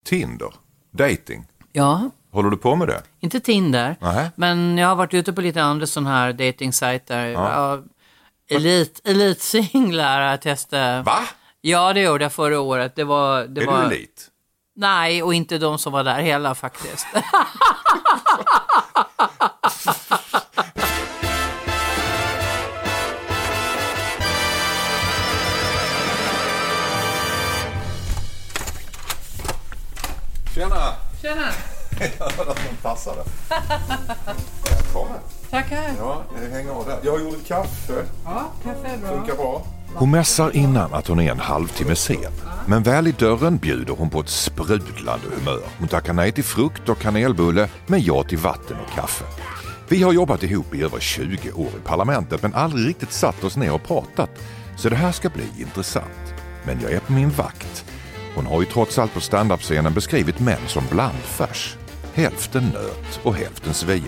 Tinder, dating. Ja. Håller du på med det? Inte Tinder, Nähä. men jag har varit ute på lite andra sådana här dating-sajter. Ja. Elitsinglar har jag testat. Va? Ja, det gjorde jag förra året. Det var... Är du elit? Nej, och inte de som var där hela faktiskt. Tjena! Tjena! Jag hörde att de passade. Välkommen. Tackar. Ja, häng av där. Jag har gjort ett kaffe. Ja, kaffe är bra. Funkar bra. Hon mässar innan att hon är en halvtimme sen. Men väl i dörren bjuder hon på ett sprudlande humör. Hon tackar nej till frukt och kanelbulle, men ja till vatten och kaffe. Vi har jobbat ihop i över 20 år i parlamentet, men aldrig riktigt satt oss ner och pratat. Så det här ska bli intressant. Men jag är på min vakt. Hon har ju trots allt på stand-up-scenen beskrivit män som blandfärs. Hälften nöt och hälften svin.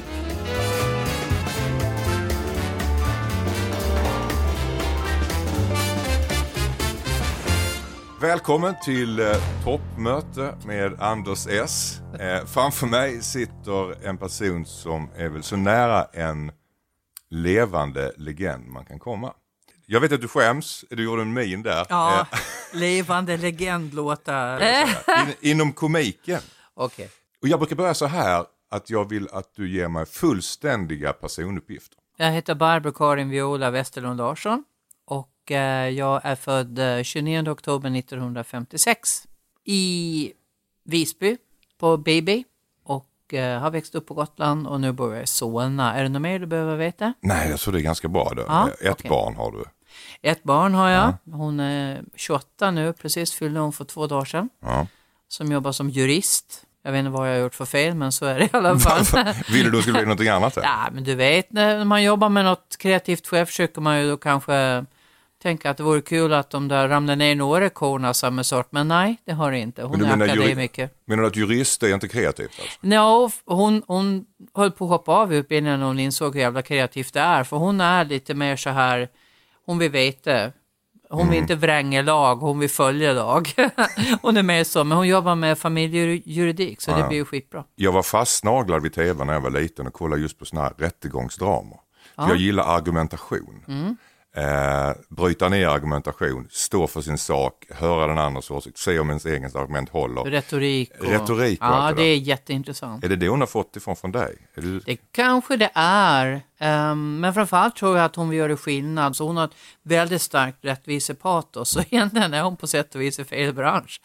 Välkommen till toppmöte med Anders S. Framför mig sitter en person som är väl så nära en levande legend man kan komma. Jag vet att du skäms, du gjorde en min där. Ja, levande legendlåtar. Inom komiken. Okej. Och jag brukar börja så här, att jag vill att du ger mig fullständiga personuppgifter. Jag heter Barbro Karin Viola Westerlund Larsson och jag är född 29 oktober 1956 i Visby på BB och har växt upp på Gotland och nu bor jag i Solna. Är det något mer du behöver veta? Nej, jag tror det är ganska bra då. Ja, Ett barn har du. Ett barn har jag. Hon är 28 nu, precis fyllde hon för 2 dagar sedan. Ja. Som jobbar som jurist. Jag vet inte vad jag har gjort för fel, men så är det i alla fall. Vill du skulle bli någonting annat? Här? Ja, men du vet, när man jobbar med något kreativt själv försöker man ju då kanske tänka att det vore kul att de där ramlar ner några korna samma sort. Men nej, det har det inte. Hon är akademiker. Menar du att jurist är inte kreativt? Alltså? No, hon höll på att hoppa av utbildningen när hon insåg hur jävla kreativt det är. För hon är lite mer så här, hon vill veta. Hon vill inte vränga lag, hon vill följa lag. Hon är mer så, men hon jobbar med familjejuridik så det blir ju skitbra. Jag var fastnaglad vid tv när jag var liten och kollade just på såna här rättegångsdramer. Jag gillar argumentation. Bryta ner argumentation, stå för sin sak, höra den andras åsikt, se om ens egen argument håller. Retorik och allt det är jätteintressant. Är det hon har fått ifrån från dig? Det kanske det är. Men framförallt tror jag att hon vill göra skillnad. Så hon har ett väldigt starkt rättvisepatos. Så egentligen är hon på sätt och vis i fel bransch.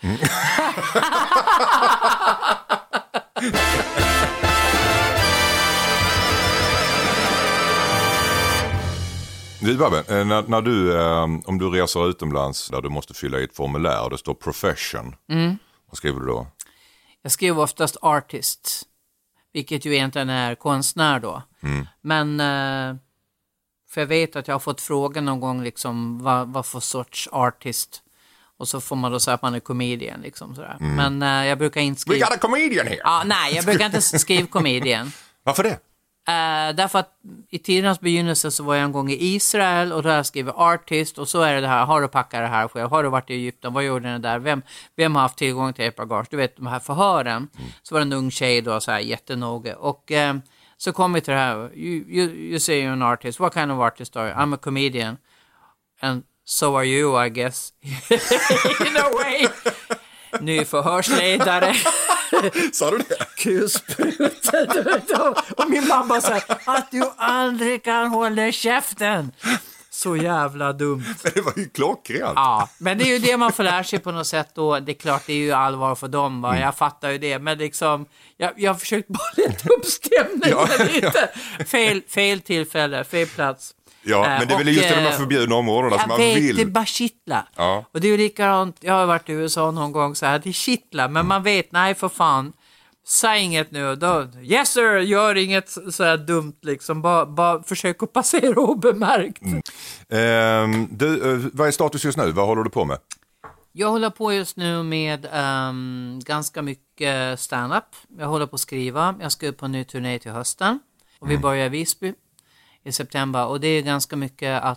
Du Babbe, när du, om du reser utomlands där du måste fylla i ett formulär och det står profession, vad skriver du då? Jag skriver oftast artist, vilket ju egentligen är konstnär då. Men för jag vet att jag har fått frågan någon gång liksom, vad för sorts artist. Och så får man då säga att man är comedian liksom sådär. Men jag brukar inte skriva... We got a comedian here! Nej, jag brukar inte skriva comedian. Varför det? Därför att i tidernas begynnelse så var jag en gång i Israel och där skriver artist och så är det här, har du packat det här själv, har du varit i Egypten, vad gjorde ni där, vem har haft tillgång till ert bagage, du vet de här förhören. Så var det en ung tjej då så här jättenoga och så kom vi till det här, you say you're an artist, what kind of artist are you? I'm a comedian and so are you I guess. In a way. Ny förhörsledare. Sa du det? Kulsprutan. Och min mamma sa att du aldrig kan hålla käften. Så jävla dumt. Men det var ju klockrent. Ja, men det är ju det man får lära sig på något sätt då. Det är klart, det är ju allvar för dem, va? Jag fattar ju det. Men liksom, jag har försökt bara leta upp stämningen lite. Fel tillfälle, fel plats. Ja, men det är väl just de här förbjudna områdena som man vill. Det är bara kittla. Ja. Och det är ju likadant, jag har varit i USA någon gång så här, det är kittla. Men man vet, nej för fan, säg inget nu. Då, yes sir, gör inget så här dumt liksom. Bara försök att passera obemärkt. Vad är status just nu? Vad håller du på med? Jag håller på just nu med ganska mycket stand-up. Jag håller på att skriva. Jag ska upp på en ny turné till hösten. Och vi börjar i Visby i september. Och det är ganska mycket att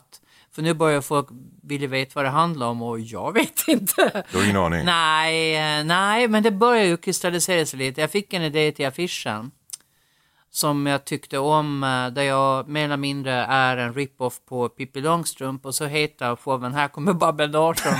För nu börjar folk vilja veta vad det handlar om och jag vet inte. Du har ingen aning? Nej, men det börjar ju kristallisera sig lite. Jag fick en idé till affischen som jag tyckte om, där jag mer eller mindre är en rip-off på Pippi Långstrump och så heter showen Här kommer Babben Larsson.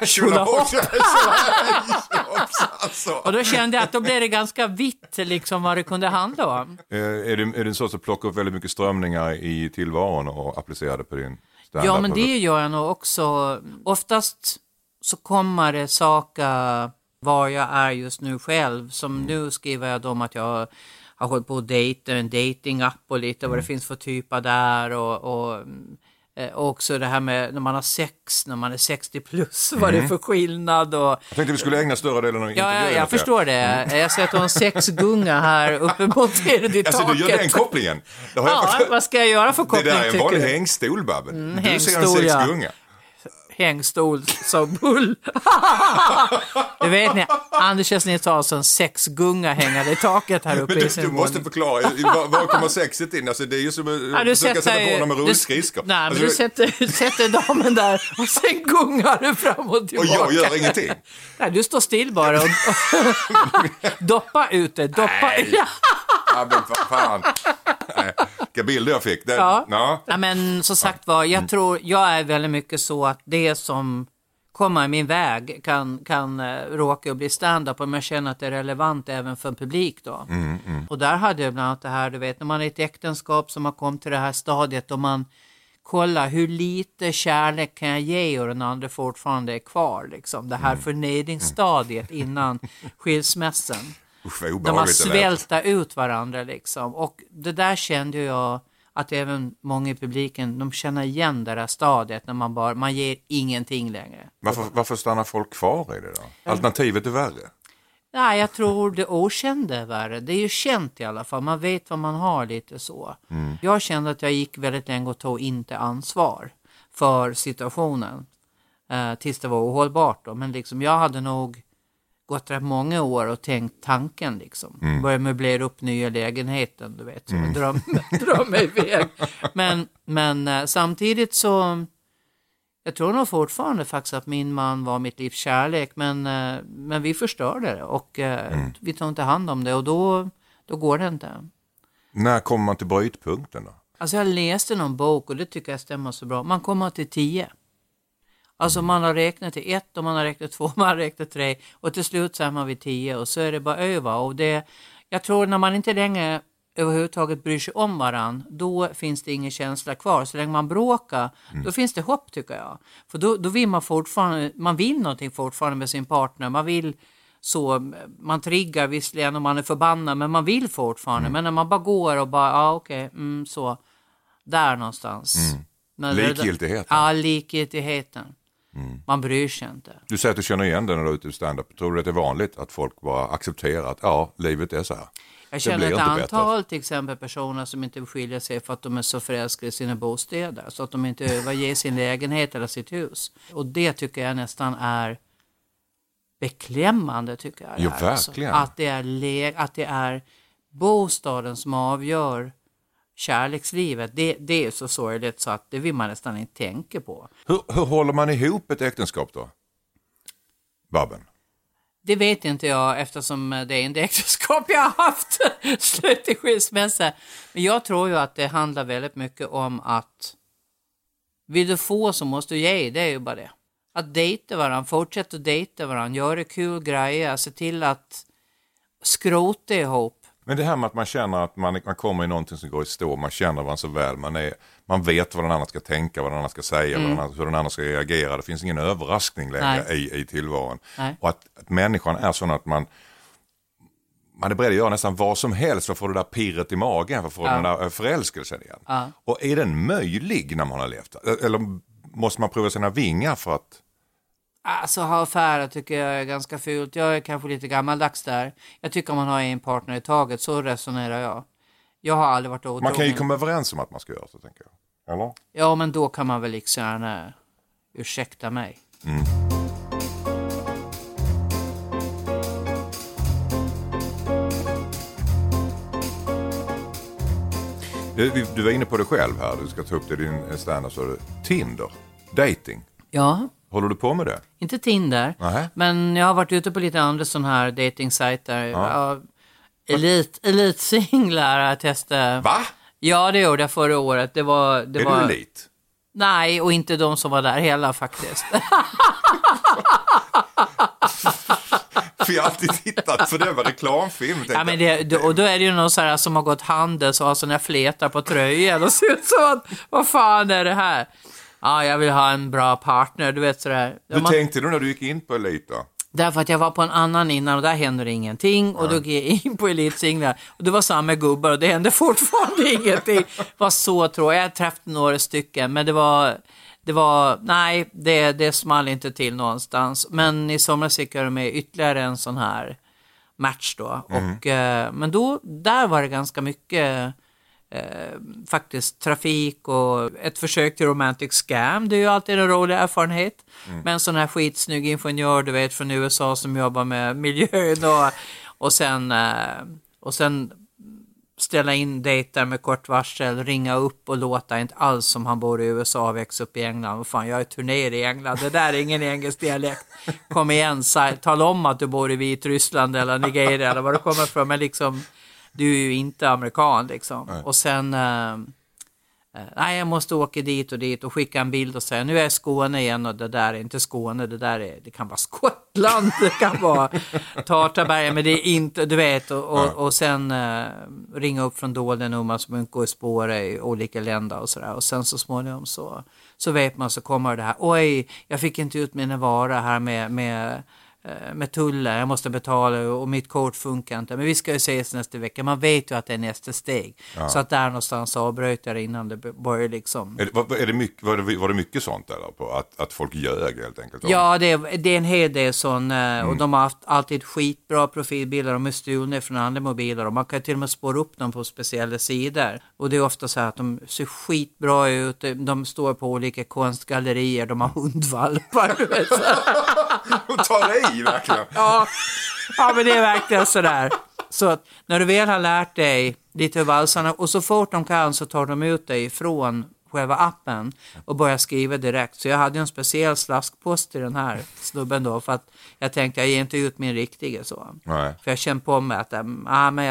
Och då kände jag att då blev det ganska vitt liksom vad det kunde handla om. Är det så att plocka upp väldigt mycket strömningar i tillvaron och applicera det på din stand-up? Ja, men det gör jag nog också. Oftast så kommer det saker var jag är just nu själv. Som nu skriver jag om att jag har hållit på att dejta en datingapp och lite vad det finns för typer där och också det här med när man har sex, när man är 60 plus, vad det är för skillnad. Och jag tänkte vi skulle ägna större delen av intervjun. Ja, jag förstår det. Jag ser att du har en sexgunga här uppe mot ditt taket. Alltså du gör den kopplingen. Vad ska jag göra för koppling? Det där är en vanlig hängstol, Babben. Du ser en sexgunga. Hängstol som bull. Du vet ni, Anders Kjellsnitz har alltså en sexgunga hängande i taket här uppe i sin du måste förklara, var kommer sexet in? Alltså det är ju som att försöka sätta på honom med rullskridskor. Nej, men du sätter damen där och sen gungar du fram och tillbaka. Och jag gör ingenting. Nej, du står still bara och doppa ut det. Ja, men fan. Vilka bilder jag fick. Ja, men som sagt var, jag är väldigt mycket så att det som kommer i min väg kan råka och bli stand-up om jag känner att det är relevant även för en publik då. Och där hade jag bland annat det här, du vet, när man är i ett äktenskap som har kommit till det här stadiet och man kollar hur lite kärlek kan jag ge och den andra fortfarande är kvar liksom. Det här förnedringsstadiet innan skilsmässan. De har svälta ut varandra liksom. Och det där kände jag att även många i publiken, de känner igen det där stadiet när man ger ingenting längre. Varför stannar folk kvar i det då? Alternativet är värre. Nej, jag tror det okända är värre. Det är ju känt i alla fall. Man vet vad man har lite så. Jag kände att jag gick väldigt länge och tog inte ansvar för situationen. Tills det var ohållbart då. Men liksom jag hade nog gått rätt många år och tänkt tanken liksom. Börja möblera upp nya lägenheten, du vet. Så drömma iväg. Men samtidigt så jag tror nog fortfarande faktiskt att min man var mitt livs kärlek. Men vi förstörde det och vi tog inte hand om det och då går det inte. När kommer man till brytpunkten då? Alltså jag läste någon bok och det tycker jag stämmer så bra. Man kommer till 10. Alltså man har räknat till 1 och man har räknat 2, man har räknat 3 och till slut så är man vid 10 och så är det bara över. Och jag tror när man inte längre överhuvudtaget bryr sig om varann, då finns det ingen känsla kvar. Så länge man bråkar, då finns det hopp tycker jag. För då vill man fortfarande, man vill någonting fortfarande med sin partner. Man vill så, man triggar visserligen om man är förbannad, men man vill fortfarande. Men när man bara går och bara, så, där någonstans. Likgiltigheten. Ja, likgiltigheten. Man bryr sig inte. Du säger att du känner igen den när du är ute i stand-up. Tror du att det är vanligt att folk bara accepterar att livet är så här? Jag känner ett antal till exempel personer som inte vill skilja sig för att de är så förälskade i sina bostäder. Så att de inte överger sin lägenhet eller sitt hus. Och det tycker jag nästan är beklämmande tycker jag. Jo, verkligen. Alltså, att det är bostaden som avgör kärlekslivet, det är så sorgligt så att det vill man nästan inte tänka på. Hur håller man ihop ett äktenskap då? Babben? Det vet inte jag eftersom det är inte äktenskap jag har haft slut i skilsmässa. Men jag tror ju att det handlar väldigt mycket om att vill du få så måste du ge, det är ju bara det. Att dejta varandra, fortsätta dejta varandra, göra kul grejer, se till att skrota ihop. Men det här med att man känner att man kommer i någonting som går i stå, man känner varandra så väl, man vet vad den andra ska tänka, vad den andra ska säga, hur den andra ska reagera. Det finns ingen överraskning längre i tillvaron. Nej. Och att människan är sån att man är beredd att göra nästan vad som helst för att få det där pirret i magen, för att få den där förälskelsen igen. Ja. Och är den möjlig när man har levt? Eller måste man prova sina vingar för att... Alltså ha affärer tycker jag är ganska fult. Jag är kanske lite gammaldags där. Jag tycker man har en partner i taget, så resonerar jag. Jag har aldrig varit otrogen. Man kan ju komma överens om att man ska göra så, tänker jag. Eller? Ja, men då kan man väl liksom ursäkta mig. Du var inne på det själv här. Du ska ta upp det i din stand-up. Så Tinder, dating. Ja. Håller du på med det? Inte Tinder, men jag har varit ute på lite andra sådana här dating-sajter. Ja. Elitsinglar har jag testat. Va? Ja, det gjorde jag förra året. Det var... Är du elit? Nej, och inte de som var där hela faktiskt. För jag har alltid tittat, för det var reklamfilm. Ja, men och då är det ju någon så här som har gått handels och har såna flätar på tröjan och ser ut som att, vad fan är det här? Ja, jag vill ha en bra partner, du vet sådär. Hur tänkte du när du gick in på Elit då? Därför att jag var på en annan innan och där hände ingenting. Och då gick jag in på Elitsinglar och det var samma gubbar och det hände fortfarande ingenting. Det var så tråkigt. Jag träffade några stycken men det var nej, det small inte till någonstans. Men i somras gick jag med ytterligare en sån här match då. Och, men då, där var det ganska mycket faktiskt trafik och ett försök till romantic scam. Det är ju alltid en rolig erfarenhet. Men en sån här skitsnygg ingenjör, du vet, från USA som jobbar med miljön och sen ställa in dejter med kort varsel, ringa upp och låta inte alls som han bor i USA och växa upp i England. Vad fan, jag är turner i England. Det där är ingen engelsk dialekt. Kom igen, tala om att du bor i Vitryssland eller Nigeria eller vad du kommer från. Men liksom, du är ju inte amerikan liksom. Nej. Och sen, nej, jag måste åka dit och skicka en bild och säga, nu är jag i Skåne igen och det där är inte Skåne, det kan vara Skottland, det kan vara Tartaberg, men det är inte, du vet, och sen ringa upp från dolda nummer som inte går i spår i olika länder och sådär, och sen så småningom så vet man, så kommer det här, oj, jag fick inte ut mina vara här med tullar, jag måste betala och mitt kort funkar inte. Men vi ska ju ses nästa vecka. Man vet ju att det är nästa steg. Ja. Så att där någonstans avbröt jag innan det började liksom... Var det mycket sånt där på? Att folk ljög helt enkelt? Ja, det är en hel del sån. Och de har haft alltid skitbra profilbilder. De är stulna från andra mobiler. Och man kan till och med spåra upp dem på speciella sidor. Och det är ofta så här att de ser skitbra ut. De står på olika konstgallerier. De har hundvalpar. De tar i verkligen. Ja, men det är verkligen sådär. Så att när du väl har lärt dig lite hur valsarna, och så fort de kan så tar de ut dig från själva appen och börjar skriva direkt. Så jag hade en speciell slaskpost till den här snubben då, för att jag tänkte, jag ger inte ut min riktiga så. Nej. För jag kände på mig att men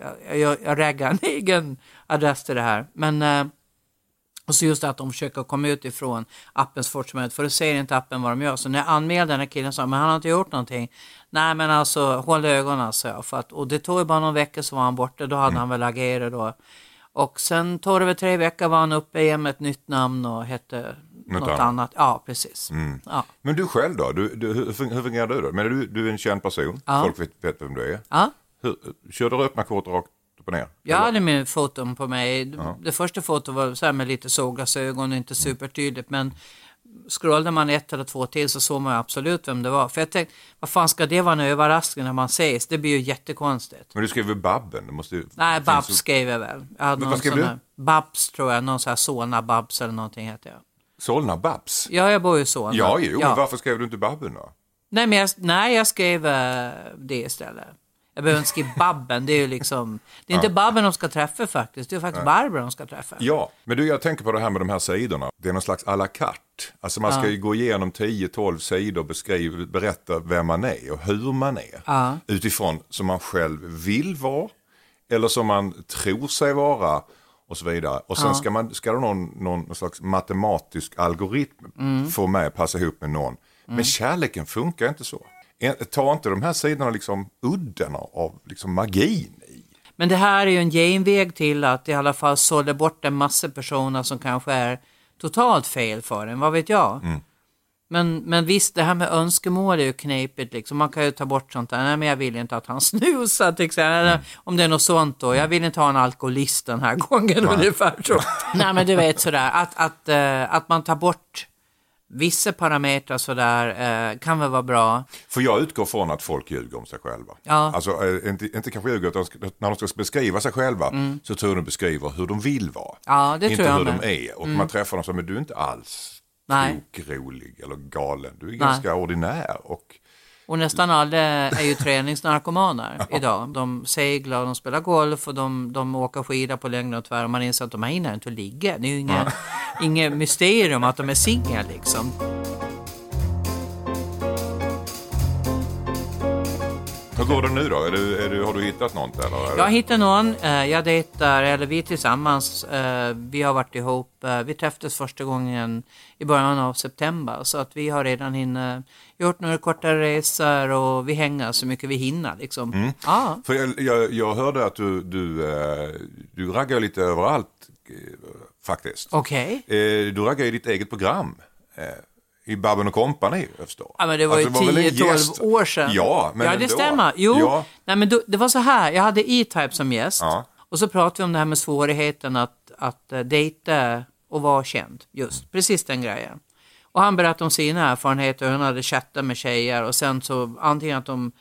jag reggar en egen adress till det här. Men och så just att de försöker komma ut ifrån appens fortsättning, för då säger inte appen vad de gör. Så när jag anmälde den här killen sa, men han har inte gjort någonting. Nej, men alltså, håll ögonen, så jag. Och det tog ju bara någon vecka så var han borta, då hade han väl agerat då. Och sen tog det väl 3 veckor var han uppe igen med ett nytt namn och hette något annat. Ja, precis. Ja. Men du själv då? Hur fungerar du då? Men du är en känd person, folk vet vem du är. Ja. Kör du öppna kort rakt upp och ner? Jag hade min foton på mig. Ja. Det första fotot var så här med lite solglasögon och inte supertydligt, men scrollade man 1 eller 2 till så såg man absolut vem det var. För jag tänkte, vad fan ska det vara en överraskning när man ses? Det blir ju jättekonstigt. Men du skrev väl Babben? Nej, Babs skrev jag väl. Vad skrev du? Babs tror jag, någon sån här Solna Babs eller någonting heter jag. Solna Babs? Ja, jag bor ju så. Ja, men varför skrev du inte Babben då? Nej, jag skrev det istället. Jag behöver inte skriva Babben, det är ju liksom... Det är inte Babben de ska träffa faktiskt, det är faktiskt Barbara de ska träffa. Ja, men jag tänker på det här med de här sidorna. Det är någon slags à la carte. Alltså man ska ju gå igenom 10-12 sidor och berätta vem man är och hur man är. Ja. Utifrån som man själv vill vara, eller som man tror sig vara, och så vidare. Och sen ska någon slags matematisk algoritm få med passa ihop med någon. Men kärleken funkar inte så. Tar inte de här sidorna liksom udden av liksom magin i? Men det här är ju en genväg till att i alla fall sålla bort en massa personer som kanske är totalt fel för en, vad vet jag? Men visst, det här med önskemål är ju knepigt liksom. Man kan ju ta bort sånt där. Nej, men jag vill inte att han snusar till exempel. Eller om det är något sånt då. Jag vill inte ha en alkoholist den här gången ungefär så. Nej, men du vet sådär. Att man tar bort vissa parametrar sådär kan väl vara bra. För jag utgår från att folk ljuger om sig själva. Ja. Alltså inte kanske ljuger, utan när de ska beskriva sig själva så tror de beskriver hur de vill vara. Ja, det inte tror jag hur med. de är. Och man träffar dem så, men du är inte alls rolig eller galen. Du är ganska ordinär och Och nästan alla är ju träningsnarkomaner idag. De seglar, de spelar golf och de åker skidor på längre och tvär. Och man inser att de hinner inte att ligga. Det är ju inget mysterium att de är singlar liksom. Hur går det nu då? Har du hittat något? Eller? Jag har hittat någon. Jag dejtar, eller vi tillsammans. Vi har varit ihop. Vi träffades första gången i början av september. Så att vi har redan gjort några kortare resor och vi hänger så mycket vi hinner. Liksom. Mm. Ja. För jag hörde att du raggar lite överallt faktiskt. Okej. Du raggar i ditt eget program. I Babben & Company, jag förstår. Ja, men det var ju 10-12 år sedan. Ja, men ja, det stämmer. Jo, ja. Nej, men det var så här. Jag hade E-Type som gäst. Ja. Och så pratade vi om det här med svårigheten att dejta och vara känd. Just, precis den grejen. Och han berättade om sina erfarenheter. Han hade chattat med tjejer. Och sen så antingen att de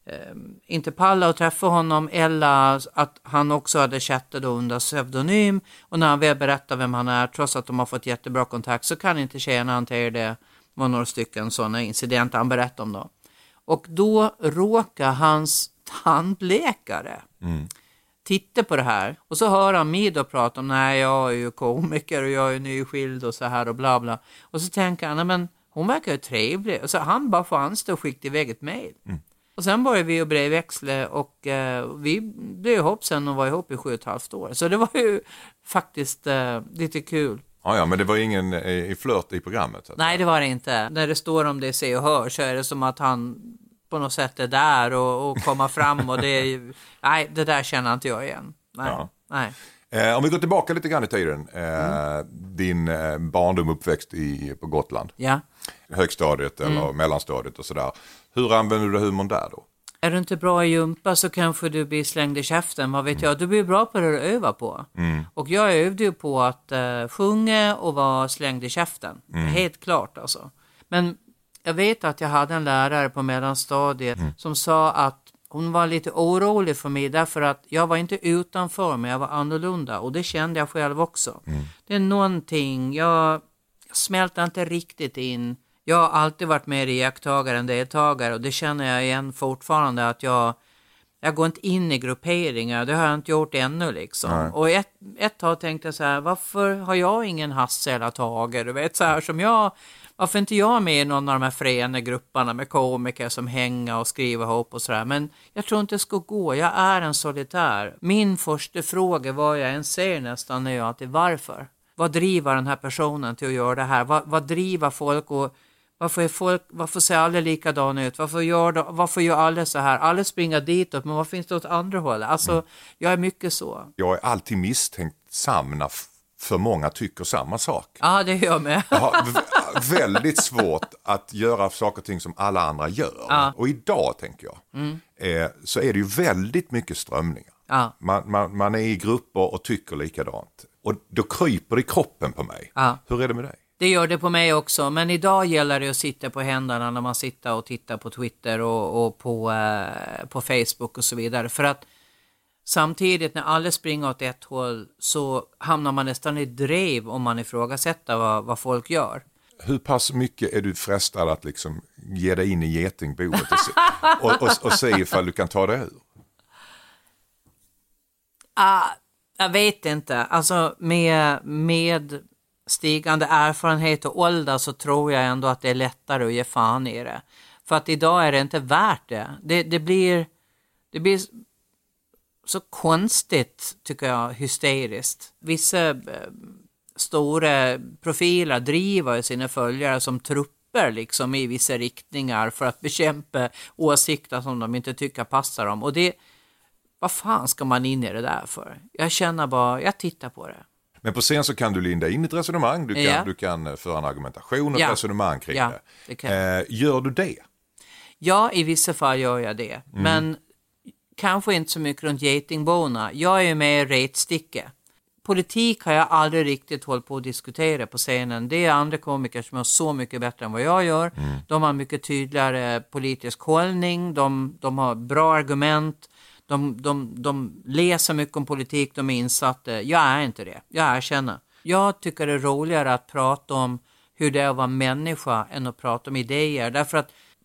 inte pallade att träffa honom. Eller att han också hade chattat under pseudonym. Och när han väl berättar vem han är, trots att de har fått jättebra kontakt, så kan inte tjejerna hantera det. Det var några stycken sådana incidenter han berättade om då. Och då råkar hans tandläkare titta på det här. Och så hör han mig då prata om, nej jag är ju komiker och jag är nyskild och så här och bla bla. Och så tänker han, nej men hon verkar ju trevlig. Och så han bara får anstå och skicka iväg ett mejl. Och sen började vi att brevväxla och vi blev ihop sen och var ihop i 7,5 år. Så det var ju faktiskt lite kul. Ja, men det var ingen i flört i programmet? Nej, det var det inte. När det står om det Se och Hör så är det som att han på något sätt är där och kommer fram. Och nej, det där känner inte jag igen. Nej, ja. Nej. Om vi går tillbaka lite grann i tiden. Din barndom uppväxt på Gotland. Ja. Högstadiet eller mellanstadiet och sådär. Hur använder du humorn där då? Är du inte bra i jumpa så kanske du blir slängd i käften, vad vet jag. Du blir bra på det du övar på. Och jag övde ju på att sjunga och vara slängd i käften. Helt klart alltså. Men jag vet att jag hade en lärare på mellanstadiet som sa att hon var lite orolig för mig därför att jag var inte utanför men jag var annorlunda. Och det kände jag själv också. Det är någonting, jag smälter inte riktigt in. Jag har alltid varit mer iakttagare än deltagare och det känner jag igen fortfarande att jag går inte in i grupperingar, det har jag inte gjort ännu liksom. Nej. Och ett tag tänkte jag så här, varför har jag ingen Hasse eller Tage, du vet så här som jag, varför inte jag med i någon av de här förenade grupperna med komiker som hänger och skriver ihop och sådär, men jag tror inte det ska gå, jag är en solitär. Min första fråga var jag än ser nästan nu alltid, varför? Vad driver den här personen till att göra det här? Vad driver folk och varför ser alla likadana ut? Varför gör alla så här? Alla springer ditåt, men vad finns det åt andra hållet? Alltså, jag är mycket så. Jag är alltid misstänksam när för många tycker samma sak. Ja, det gör jag med. Jag har väldigt svårt att göra saker och ting som alla andra gör. Ja. Och idag, tänker jag, så är det ju väldigt mycket strömningar. Ja. Man är i grupper och tycker likadant. Och då kryper det i kroppen på mig. Ja. Hur är det med dig? Det gör det på mig också, men idag gäller det att sitta på händerna när man sitter och tittar på Twitter och på Facebook och så vidare. För att samtidigt när alla springer åt ett håll så hamnar man nästan i drev om man ifrågasätter vad folk gör. Hur pass mycket är du frestad att liksom ge dig in i getingboet och se ifall du kan ta det ur? Jag vet inte. Alltså med stigande erfarenhet och ålder så tror jag ändå att det är lättare att ge fan i det. För att idag är det inte värt det. Det blir så konstigt, tycker jag, hysteriskt. Vissa stora profiler driver sina följare som trupper liksom i vissa riktningar för att bekämpa åsikter som de inte tycker passar dem. Och vad fan ska man in i det där för? Jag känner bara, jag tittar på det. Men på scen så kan du linda in ett resonemang, du kan föra en argumentation och ett resonemang kring det. Gör du det? Ja, i vissa fall gör jag det. Men kanske inte så mycket runt getingborna. Jag är ju med retsticke. Politik har jag aldrig riktigt hållit på att diskutera på scenen. Det är andra komiker som är så mycket bättre än vad jag gör. De har mycket tydligare politisk hållning. De har bra argument. De läser mycket om politik, de är insatta. Jag är inte det, jag erkänner. Jag tycker det är roligare att prata om hur det är att vara människa än att prata om idéer. Därför att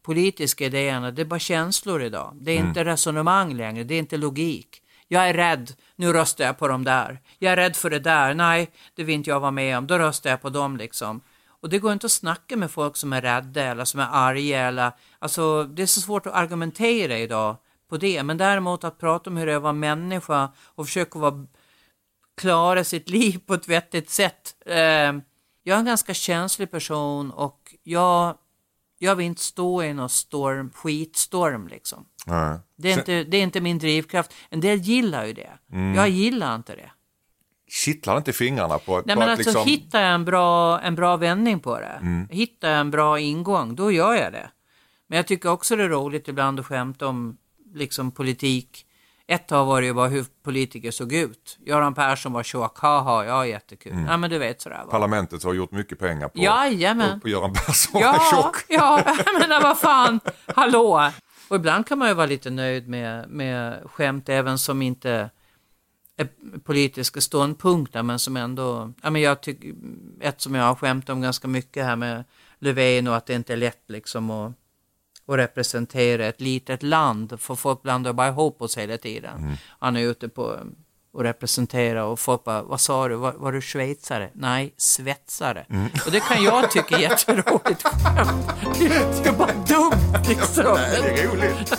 politiska idéerna, det är bara känslor idag. Det är inte resonemang längre, det är inte logik. Jag är rädd, nu röstar jag på dem där. Jag är rädd för det där, nej, det vill inte jag vara med om. Då röstar jag på dem liksom. Och det går inte att snacka med folk som är rädda eller som är arga. Eller, alltså, det är så svårt att argumentera idag på det. Men däremot att prata om hur det är att vara människa och försöka klara sitt liv på ett vettigt sätt. Jag är en ganska känslig person och jag vill inte stå i någon skitstorm liksom. Nej. Det är inte min drivkraft. En del gillar ju det. Jag gillar inte det. Kittlar inte fingrarna på ett... Nej, men alltså liksom... hittar jag en bra vändning på det. Hittar jag en bra ingång, då gör jag det. Men jag tycker också det är roligt ibland att skämta om liksom politik. Ett tag var det ju bara hur politiker såg ut. Göran Persson var tjock, haha, ja, jättekul. Ja, men du vet sådär. Va? Parlamentet har gjort mycket pengar på Göran Persson var tjock. Ja, men vad fan, hallå. Och ibland kan man ju vara lite nöjd med skämt även som inte är politiska ståndpunkter, men som ändå, ja, men jag tycker, ett som jag har skämt om ganska mycket här med Löfven och att det inte är lätt liksom att representera ett litet land, för folk blandar bara ihop oss hela tiden. Han är ute på och representera och folk bara, vad sa du? Var du schweizare? Nej, svetsare. Och det kan jag tycka är jätteroligt skämt. Det är bara dumt liksom. Nej, det är roligt.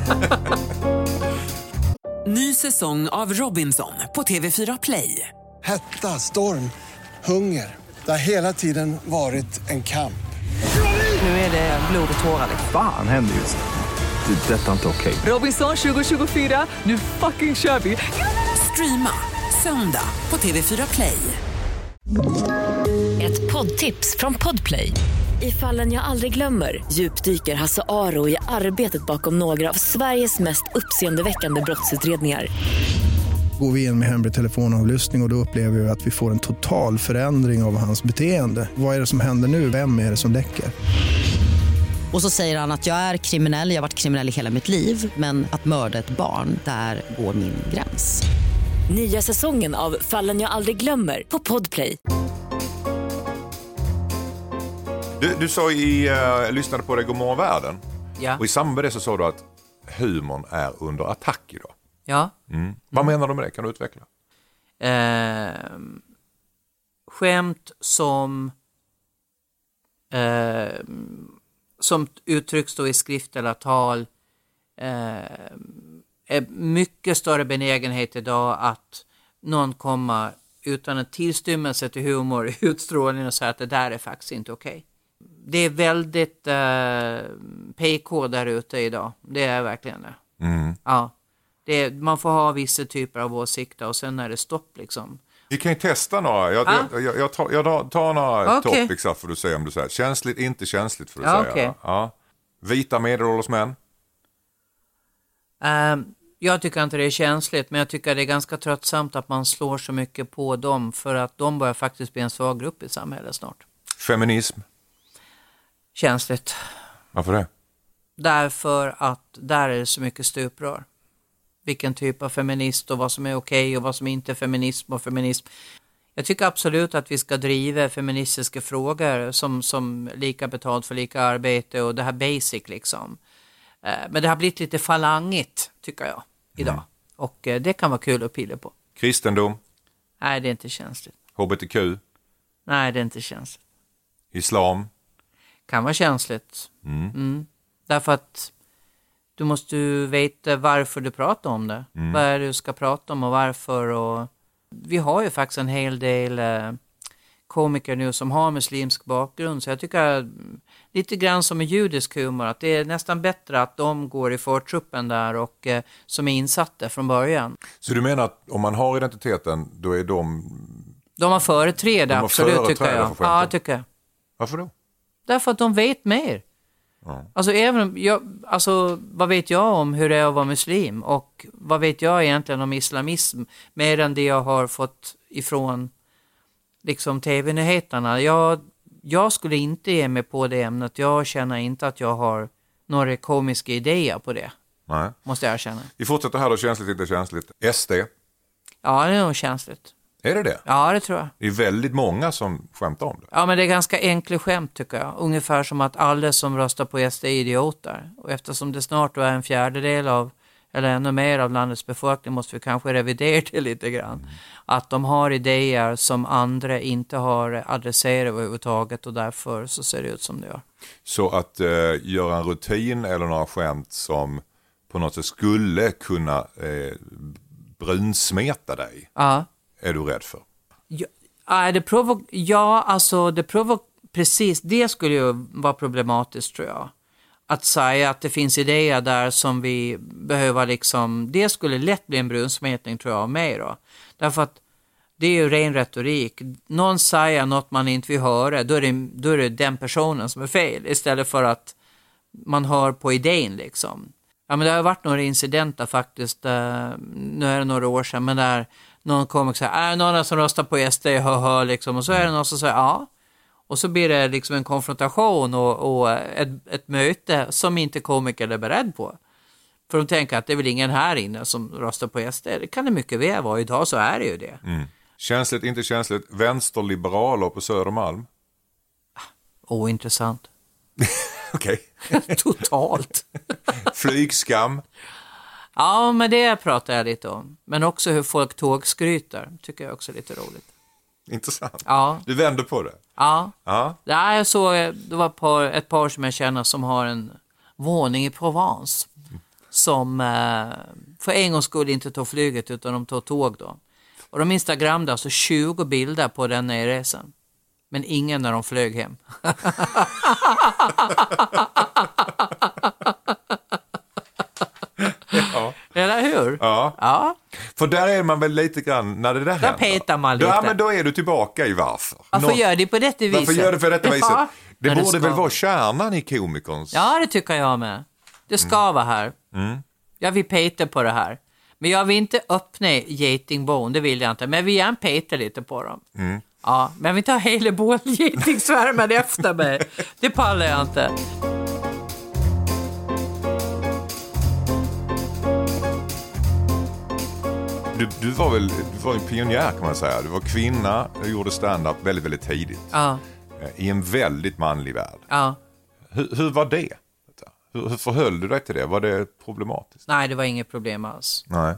Ny säsong av Robinson på TV4 Play. Hetta, storm, hunger. Det har hela tiden varit en kamp. Nu är det blod och tårar. Fan händer just det. Detta är inte okej. Robinson 2024, nu fucking kör vi. Streama söndag på TV4 Play. Ett poddtips från Podplay. I Fallen jag aldrig glömmer djupdyker Hasse Aro i arbetet bakom några av Sveriges mest uppseendeväckande brottsutredningar. Går vi in med hemlig telefonavlyssning och då upplever vi att vi får en total förändring av hans beteende. Vad är det som händer nu? Vem är det som läcker? Och så säger han att jag är kriminell, jag har varit kriminell i hela mitt liv. Men att mörda ett barn, där går min gräns. Nya säsongen av Fallen jag aldrig glömmer på Podplay. Du sa lyssnade på det Godmorgon världen. Ja. Och i samband med det så sa du att humorn är under attack idag. Ja. Vad menar du med det? Kan du utveckla? Skämt som uttrycks då i skrift eller tal är mycket större benägenhet idag att någon kommer utan en tillstymmelse till humor i utstrålningen och säger att det där är faktiskt inte okej. Det är väldigt PK där ute idag. Det är verkligen det. Ja. Man får ha vissa typer av åsikter och sen är det stopp liksom. Vi kan ju testa några. Jag tar några topics här för att se om du säger känsligt, inte känsligt för att säga. Okay. Ja. Vita medelålders män. Jag tycker inte det är känsligt, men jag tycker det är ganska tröttsamt att man slår så mycket på dem, för att de börjar faktiskt bli en svag grupp i samhället snart. Feminism. Känsligt. Varför det? Därför att där är det så mycket stuprör. Vilken typ av feminist och vad som är okej och vad som inte är feminism och feminism. Jag tycker absolut att vi ska driva feministiska frågor som lika betalt för lika arbete och det här basic liksom. Men det har blivit lite falangigt tycker jag idag. Och det kan vara kul att pilla på. Kristendom. Nej, det är inte känsligt. HBTQ. Nej, det är inte känsligt. Islam. Kan vara känsligt. Därför att du måste veta varför du pratar om det. Vad är det du ska prata om och varför. Och vi har ju faktiskt en hel del komiker nu som har muslimsk bakgrund. Så jag tycker lite grann som med judisk humor. Att det är nästan bättre att de går i förtruppen där och som är insatta från början. Så du menar att om man har identiteten då är de har företräde, absolut tycker jag. Ja, tycker jag. Varför då? Därför att de vet mer. Alltså, vad vet jag om hur det är att vara muslim och vad vet jag egentligen om islamism mer än det jag har fått ifrån liksom tv-nyheterna. Jag skulle inte ge mig på det ämnet. Jag känner inte att jag har några komiska idéer på det. Nej. Måste jag känna. Vi fortsätter här då, känsligt, inte känsligt. SD. Ja, det är nog känsligt. Är det? Ja, det tror jag. Det är väldigt många som skämtar om det. Ja, men det är ganska enkla skämt tycker jag. Ungefär som att alla som röstar på SD är idioter. Och eftersom det snart då är en fjärdedel av, eller ännu mer av landets befolkning, måste vi kanske revidera det lite grann. Att de har idéer som andra inte har adresserat överhuvudtaget och därför så ser det ut som det gör. Så att göra en rutin eller några skämt som på något sätt skulle kunna brunsmeta dig, är du rädd för? Precis, det skulle ju vara problematiskt tror jag. Att säga att det finns idéer där som vi behöver liksom, det skulle lätt bli en brunsmetning tror jag med då. Därför att det är ju ren retorik. Någon säger något man inte vill höra, då är det den personen som är fel istället för att man hör på idén liksom. Ja, men det har varit några incidenter faktiskt, nu är det några år sedan, men där någon kommer och säger, är någon som röstar på SD, liksom, och så är det någon som säger, ja. Och så blir det liksom en konfrontation och ett möte som inte komiker är beredd på. För de tänker att det är väl ingen här inne som röstar på SD. Det kan det mycket väl vara, idag så är det ju det. Känsligt, inte känsligt, vänsterliberaler på Södermalm? Ointressant. Okej. Totalt. Flygskam? Ja, men det pratar jag lite om. Men också hur folk tågskryter tycker jag också är lite roligt. Intressant. Ja. Du vänder på det? Ja. Ja. Det var ett par som jag känner som har en våning i Provence. Som för en gång skulle inte ta flyget utan de tog tåg då. Och de instagramade alltså 20 bilder på den här resan. Men ingen när de flög hem. Ja. Eller hur? Ja. För där är man väl lite grann, när det där händer. Där petar man lite. Ja, men då är du tillbaka i varför. Varför gör det på detta viset? Varför gör det på detta viset? Det men borde väl vara kärnan i komikerns... Ja, det tycker jag med. Det ska vara här. Jag vill peta på det här. Men jag vill inte öppna getingbon, det vill jag inte. Men vi gärna peta lite på dem. Ja, men vi tar hela getingsvärmen efter mig. Det pallar jag inte. Du var en pionjär kan man säga. Du var kvinna och gjorde stand-up väldigt, väldigt tidigt. Ja. I en väldigt manlig värld. Ja. Hur var det? Hur förhöll du dig till det? Var det problematiskt? Nej, det var inget problem alls. Nej.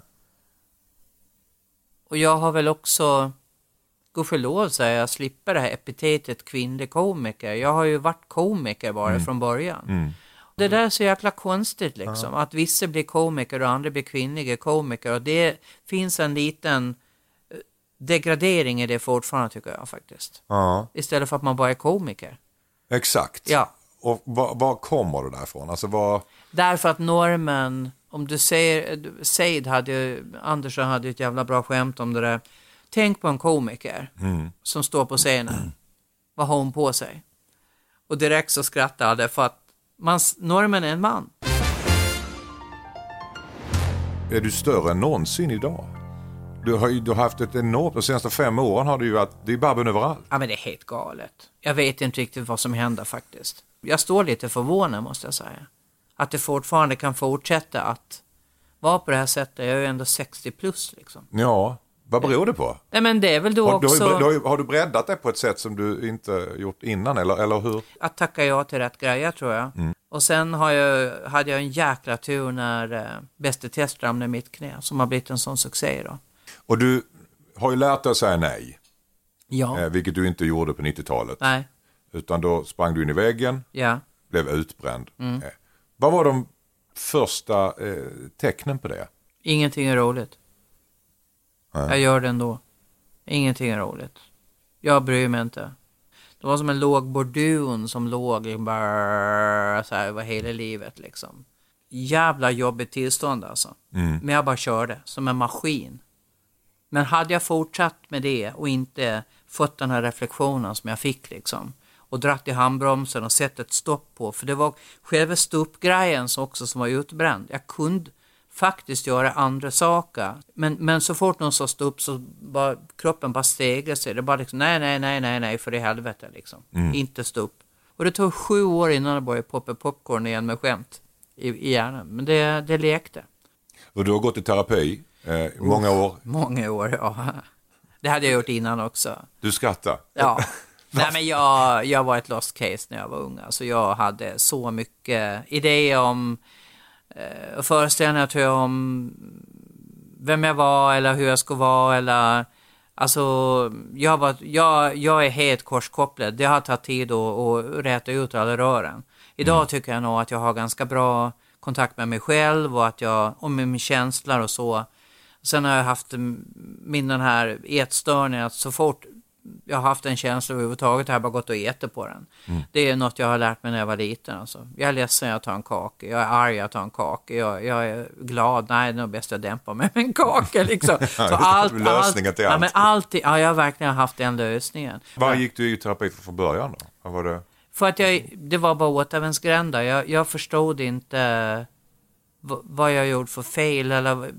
Och jag har väl också, gudskelov säger jag, slipper det här epitetet kvinnlig komiker. Jag har ju varit komiker bara från början. Det där är så jäkla konstigt liksom. Att vissa blir komiker och andra blir kvinnliga komiker. Och det finns en liten degradering i det fortfarande tycker jag faktiskt. Istället för att man bara är komiker. Exakt. Ja. Och var kommer det därifrån? Alltså Därför att normen, om du säger, Andersson hade ett jävla bra skämt om det där. Tänk på en komiker som står på scenen. Vad har hon på sig? Och direkt så skrattade för att normen är en man. Är du större än någonsin idag? Du har haft ett enormt, de senaste 5 åren har du ju varit, det är Babben överallt. Ja, men det är helt galet. Jag vet inte riktigt vad som händer faktiskt. Jag står lite förvånad måste jag säga. Att det fortfarande kan fortsätta att vara på det här sättet. Jag är ju ändå 60 plus liksom. Ja, vad beror det på? Nej, men det är väl då också... Har du breddat det på ett sätt som du inte gjort innan eller hur? Att tacka ja till rätt grejer tror jag. Och sen hade jag en jäkla tur när Bäste test ramlade mitt knä som har blivit en sån succé då. Och du har ju lärt dig att säga nej. Ja. Vilket du inte gjorde på 90-talet. Nej. Utan då sprang du in i väggen. Ja. Blev utbränd. Vad var de första tecknen på det? Ingenting är roligt. Nej. Jag gör det ändå. Ingenting är roligt. Jag bryr mig inte. Det var som en låg bordun som låg bara så här över hela livet liksom. Jävla jobbigt tillstånd alltså. Men jag bara körde som en maskin. Men hade jag fortsatt med det och inte fått den här reflektionen som jag fick liksom. Och dratt i handbromsen och sett ett stopp på. För det var själva ståuppgrejen också som var utbränd. Jag kunde faktiskt göra andra saker. Men så fort någon sa stopp så bara kroppen bara stegrade sig. Det bara liksom nej för det helvete liksom. Inte stopp. Och det tog 7 år innan det började poppa popcorn igen med skämt i hjärnan. Men det lekte. Och du har gått i terapi många år. Många år, ja. Det hade jag gjort innan också. Du skrattar? Ja. Nej, men jag var ett lost case när jag var ung. Alltså jag hade så mycket idéer om föreställningar, tror jag, om vem jag var eller hur jag skulle vara. Eller, alltså, jag är helt korskopplad. Det har tagit tid att räta ut alla rören. Idag tycker jag nog att jag har ganska bra kontakt med mig själv och med mina känslor och så. Sen har jag haft den här ätstörningen, att så fort jag har haft en känsla överhuvudtaget har jag bara gått och äter på den. Det är något jag har lärt mig när jag var liten. Alltså. Jag är ledsen, jag tar en kaka. Jag är arg, jag tar en kaka. Jag är glad, nej, det är nog bäst att dämpa mig med en kaka. Liksom. Så lösningen till allt. Ja, men alltid, ja, jag har verkligen haft den lösningen. Var gick du i terapi från början då? Vad var det? För att det var bara återvändsgränder. Jag förstod inte vad jag gjorde för fel. Eller,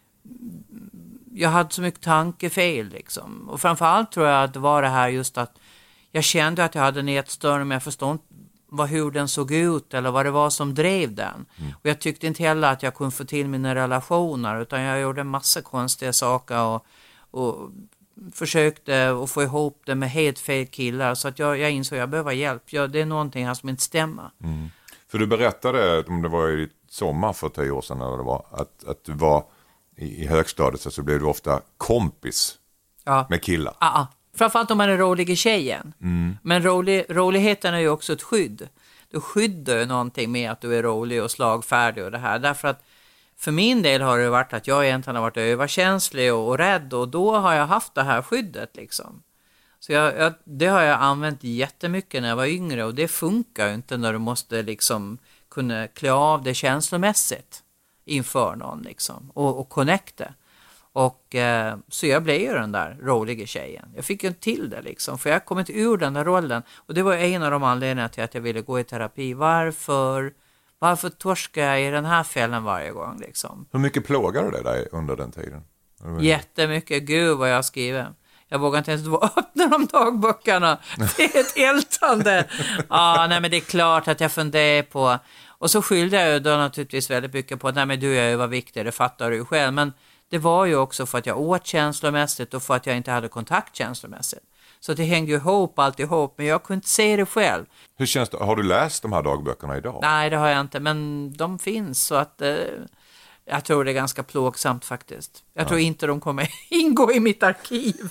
jag hade så mycket tankefel liksom. Och framförallt tror jag att det var det här just att jag kände att jag hade en ätstörning, men jag förstod inte hur den såg ut eller vad det var som drev den. Och jag tyckte inte heller att jag kunde få till mina relationer, utan jag gjorde en massa konstiga saker och försökte att få ihop det med helt fel killar, så att jag insåg att jag behöver hjälp. Det är någonting här som inte stämmer. För du berättade, om det var i sommar för 10 år sedan eller det var, att du var i högstadiet, så blev du ofta kompis med killar. Framförallt om man är rolig i tjejen. Men roligheten är ju också ett skydd. Du skyddar ju någonting med att du är rolig och slagfärdig och det här. Därför att för min del har det varit att jag egentligen har varit överkänslig och rädd, och då har jag haft det här skyddet liksom. Så det har jag använt jättemycket när jag var yngre, och det funkar ju inte när du måste liksom kunna klä av det känslomässigt inför någon liksom, och connecta. Och så jag blev ju den där roliga tjejen. Jag fick ju till det liksom, för jag kom inte ur den där rollen, och det var en av de anledningarna till att jag ville gå i terapi. Varför torskar jag i den här fällen varje gång liksom? Hur mycket plågade det dig under den tiden? Jättemycket, gud vad jag skriver. Jag vågar inte ens öppna de dagböckerna. Det är ett ältande. Nej, men det är klart att jag funderar på. Och så skyllde jag ju då naturligtvis väldigt mycket på att nej, men du är överviktig, det fattar du ju själv. Men det var ju också för att jag åt känslomässigt och för att jag inte hade kontakt känslomässigt. Så det hängde ju alltihop, men jag kunde inte se det själv. Hur känns det? Har du läst de här dagböckerna idag? Nej, det har jag inte, men de finns, så att jag tror det är ganska plågsamt faktiskt. Jag tror inte de kommer ingå i mitt arkiv.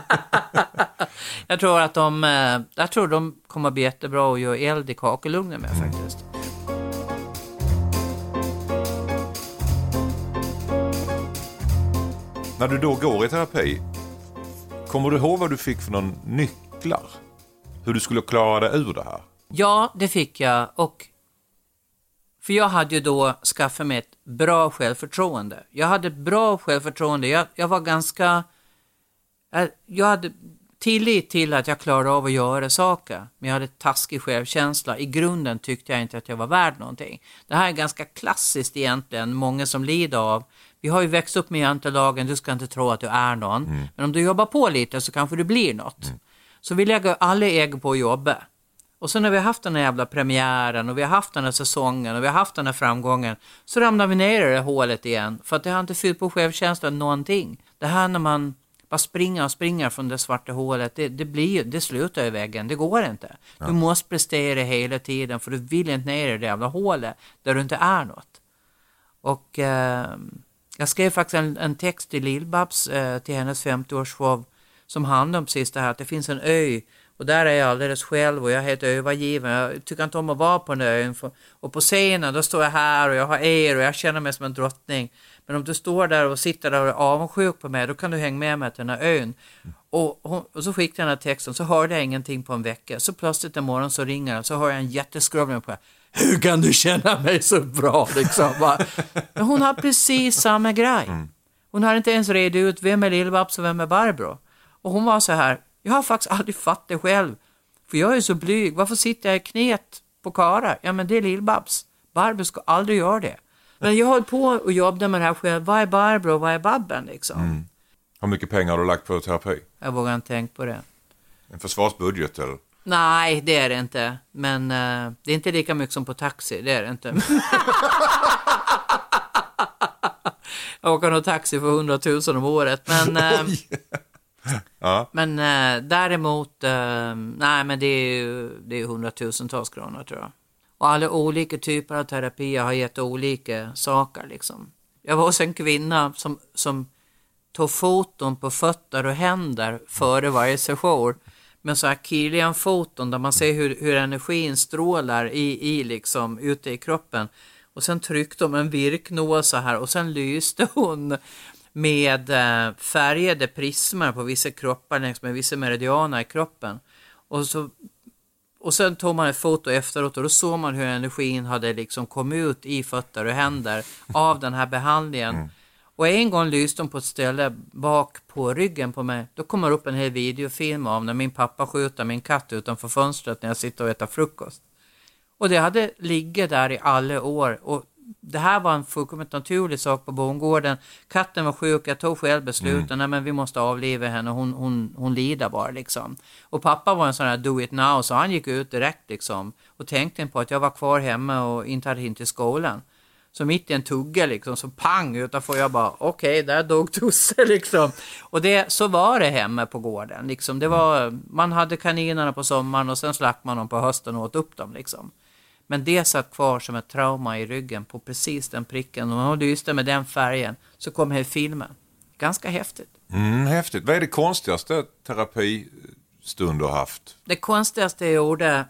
Jag tror de kommer bli jättebra att göra eld i kakelugnen med faktiskt. När du då går i terapi, kommer du ihåg vad du fick för någon nycklar? Hur du skulle klara dig ur det här? Ja, det fick jag. För jag hade ju då skaffat mig ett bra självförtroende. Jag hade bra självförtroende. Jag var ganska... Jag hade tillit till att jag klarade av att göra saker. Men jag hade taskig självkänsla. I grunden tyckte jag inte att jag var värd någonting. Det här är ganska klassiskt egentligen. Många som lider av. Vi har ju växt upp med jantelagen. Du ska inte tro att du är någon. Men om du jobbar på lite så kanske du blir något. Så vi lägger alla ägg på att jobba. Och så när vi har haft den här jävla premiären och vi har haft den här säsongen och vi har haft den här framgången, så ramlar vi ner i det hålet igen. För att det har inte fyllt på självkänslan någonting. Det här när man bara springer från det svarta hålet, det slutar i väggen. Det går inte. Ja. Du måste prestera hela tiden, för du vill inte ner i det jävla hålet där du inte är något. Och jag skrev faktiskt en text till Lill-Babs till hennes 50-årsshow som handlar om precis det här, att det finns en ö. Och där är jag alldeles själv och jag är helt övergiven. Jag tycker inte om att vara på den ön. Och på scenen då står jag här och jag har er och jag känner mig som en drottning. Men om du står där och sitter där och är avundsjuk på mig, då kan du hänga med mig till den här ön. Och så skickade jag den här texten, så hörde jag ingenting på en vecka. Så plötsligt en morgon så ringer den, så hör jag en jätteskrubbning på mig. Hur kan du känna mig så bra? Liksom. Men hon har precis samma grej. Hon har inte ens redo ut vem är Lill-Babs och vem är Barbro. Och hon var så här, jag har faktiskt aldrig fattat det själv. För jag är så blyg. Varför sitter jag i knät på karar? Ja, men det är Lill-Babs. Barbro ska aldrig göra det. Men jag höll på och jobbade med det här själv. Vad är Barbro och vad är Babben liksom? Hur mycket pengar har du lagt på terapi? Jag vågar inte tänka på det. En försvarsbudget eller? Nej, det är det inte. Men det är inte lika mycket som på taxi. Det är det inte. Jag åker nog taxi för 100 000 om året. Men... Ja. Men däremot, nej men det är hundratusentals kronor tror jag. Och alla olika typer av terapier har gett olika saker liksom. Jag var hos en kvinna som tog foton på fötter och händer före varje session. Men så här Kirlian-foton där man ser hur energin strålar i liksom ute i kroppen. Och sen tryckte de en virknåsa här och sen lyste hon med färgade prismer på vissa kroppar längs med vissa meridianer i kroppen. Och sen tog man ett foto efteråt och då såg man hur energin hade liksom kommit ut i fötter och händer av den här behandlingen. Och en gång lyste de på ett ställe bak på ryggen på mig. Då kommer upp en hel videofilm av när min pappa skjuter min katt utanför fönstret när jag sitter och äter frukost. Och det hade ligget där i alla år. Och det här var en fullkomligt naturlig sak på bondgården. Katten var sjuk, jag tog själv besluten. Nej, men vi måste avliva henne, hon lider bara liksom. Och pappa var en sån här do it now, så han gick ut direkt liksom. Och tänkte på att jag var kvar hemma och inte hade hit till skolan. Så mitt i en tugga liksom, så pang utanför jag bara, okej, där dog Tusse liksom. Och så var det hemma på gården liksom. Det var, man hade kaninerna på sommaren och sen slapp man dem på hösten och åt upp dem liksom. Men det satt kvar som ett trauma i ryggen på precis den pricken. Och man lyste med den färgen så kom här filmen. Ganska häftigt. Häftigt. Vad är det konstigaste terapistund du har haft? Det konstigaste jag gjorde,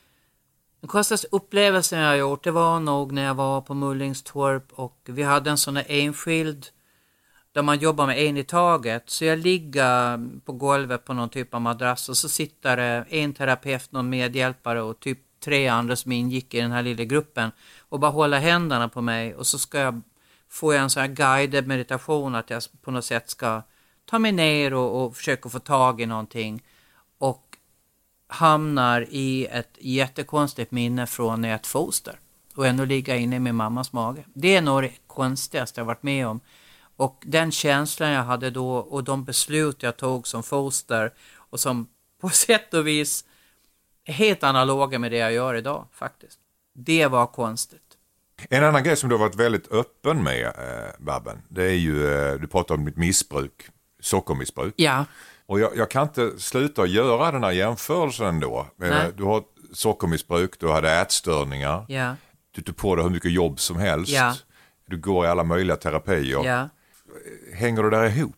den konstigaste upplevelsen jag har gjort, det var nog när jag var på Mullingstorp och vi hade en sån här enskild där man jobbar med en i taget. Så jag ligger på golvet på någon typ av madrass och så sitter det en terapeut, någon medhjälpare och typ 3 andra som ingick i den här lilla gruppen och bara hålla händerna på mig och så får jag en sån här guided meditation att jag på något sätt ska ta mig ner och försöka få tag i någonting och hamnar i ett jättekonstigt minne från när jag är ett foster och ändå ligga inne i min mammas mage. Det är nog det konstigaste jag varit med om och den känslan jag hade då och de beslut jag tog som foster och som på sätt och vis helt analoga med det jag gör idag faktiskt. Det var konstigt. En annan grej som du har varit väldigt öppen med, Babben, det är ju, du pratar om ditt missbruk, sockermissbruk. Ja. Och jag kan inte sluta göra den här jämförelsen då. Du har sockermissbruk, du hade ätstörningar, ja. Du tog på dig hur mycket jobb som helst, ja. Du går i alla möjliga terapier. Ja. Hänger du där ihop?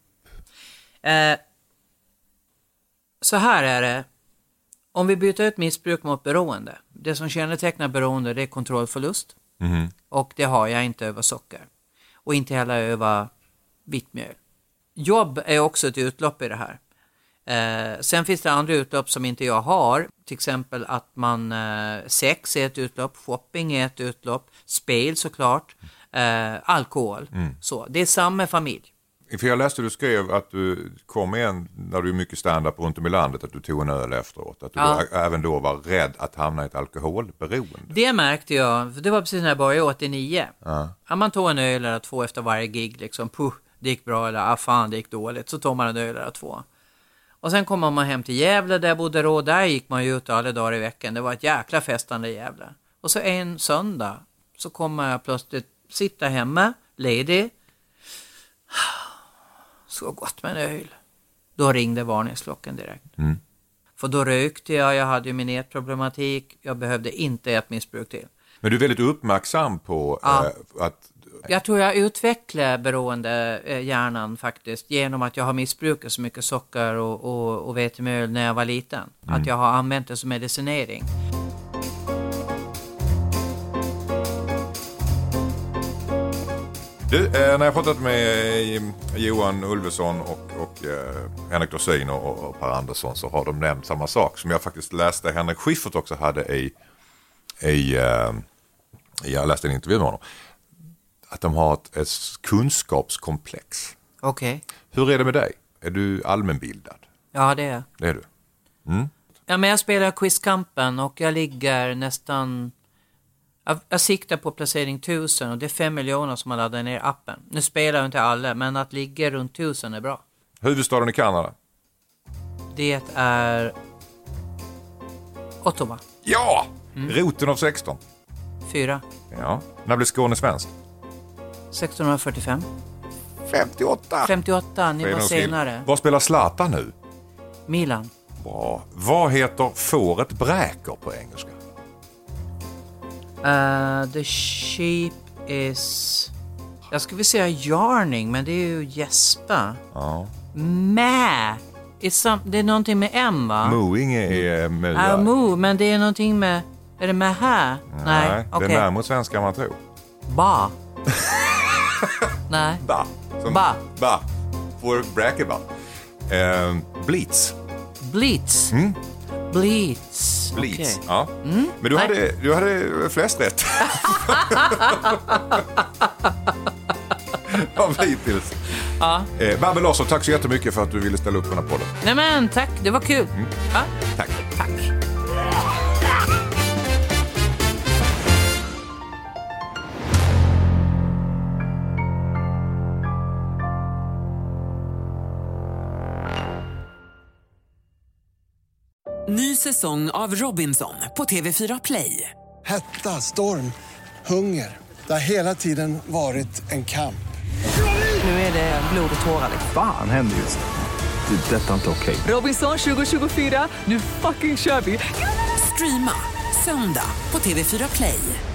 Så här är det. Om vi byter ut missbruk mot beroende. Det som kännetecknar beroende det är kontrollförlust. Mm. Och det har jag inte över socker. Och inte heller över vitt mjöl. Jobb är också ett utlopp i det här. Sen finns det andra utlopp som inte jag har. Till exempel att sex är ett utlopp. Shopping är ett utlopp. Spel såklart. Alkohol. Så, det är samma familj. För jag läste du skrev att du kom igen när du är mycket stand-up runt om i landet att du tog en öl efteråt. Att du även då var rädd att hamna i ett alkoholberoende. Det märkte jag. För det var precis när jag började 89. Ja. Man tog en öl eller 2 efter varje gig. Liksom. Puh, det gick bra eller fan det gick dåligt. Så tog man en öl eller 2. Och sen kom man hem till Gävle där jag bodde då. Där gick man ju ut alla dagar i veckan. Det var ett jäkla festande i Gävle. Och så en söndag så kommer jag plötsligt sitta hemma, ledig. Så gott med en öl. Då ringde varningsklockan direkt. För då rökte jag hade ju min ätproblematik. Jag behövde inte ätmissbruk till. Men du är väldigt uppmärksam på att... Jag tror jag utvecklar beroende hjärnan faktiskt genom att jag har missbrukat så mycket socker och vetemjöl när jag var liten. Att jag har använt det som medicinering. Du, när jag pratat med Johan Ulveson och Henrik Dorsin och Per Andersson så har de nämnt samma sak som jag faktiskt läste Henrik Schiffert också hade jag läste en intervju med honom. Att de har ett kunskapskomplex. Okej. Hur är det med dig? Är du allmänbildad? Ja, det är. Det är du. Ja, men jag spelar Quizkampen och jag ligger nästan... Jag siktar på placering 1000 och det är 5 miljoner som har laddat ner appen. Nu spelar jag inte alla, men att ligga runt 1000 är bra. Huvudstaden i Kanada? Det är Ottawa. Ja! Roten av 16. 4. Ja. När blev Skåne svenskt? 1645. 58. 58, ni var senare. Vad spelar Zlatan nu? Milan. Bra. Vad heter fåret bräker på engelska? The sheep is... Jag skulle vilja säga yarning, men det är ju gäspa. Ja. Det är någonting med M, va? Mooing är mua. Moo, men det är någonting med... Är det med här? Nej, okej. Det är närmare svenska man tror. Ba. Nej. Ba. Ba. Får bräker ba. Blitz. Blitz. Blitz. Blitz, Okay. ja. Men du hade flest rätt. Av hittills. Ja. Babben Larsson, tack så jättemycket för att du ville ställa upp på den här podden. Nej men tack, det var kul. Ja. Tack. Ny säsong av Robinson på TV4 Play. Hetta, storm, hunger. Det har hela tiden varit en kamp. Nu är det blod och tårar. Fan händer just det. Det är detta inte okej. Robinson 2024, nu fucking kör vi. Streama söndag på TV4 Play.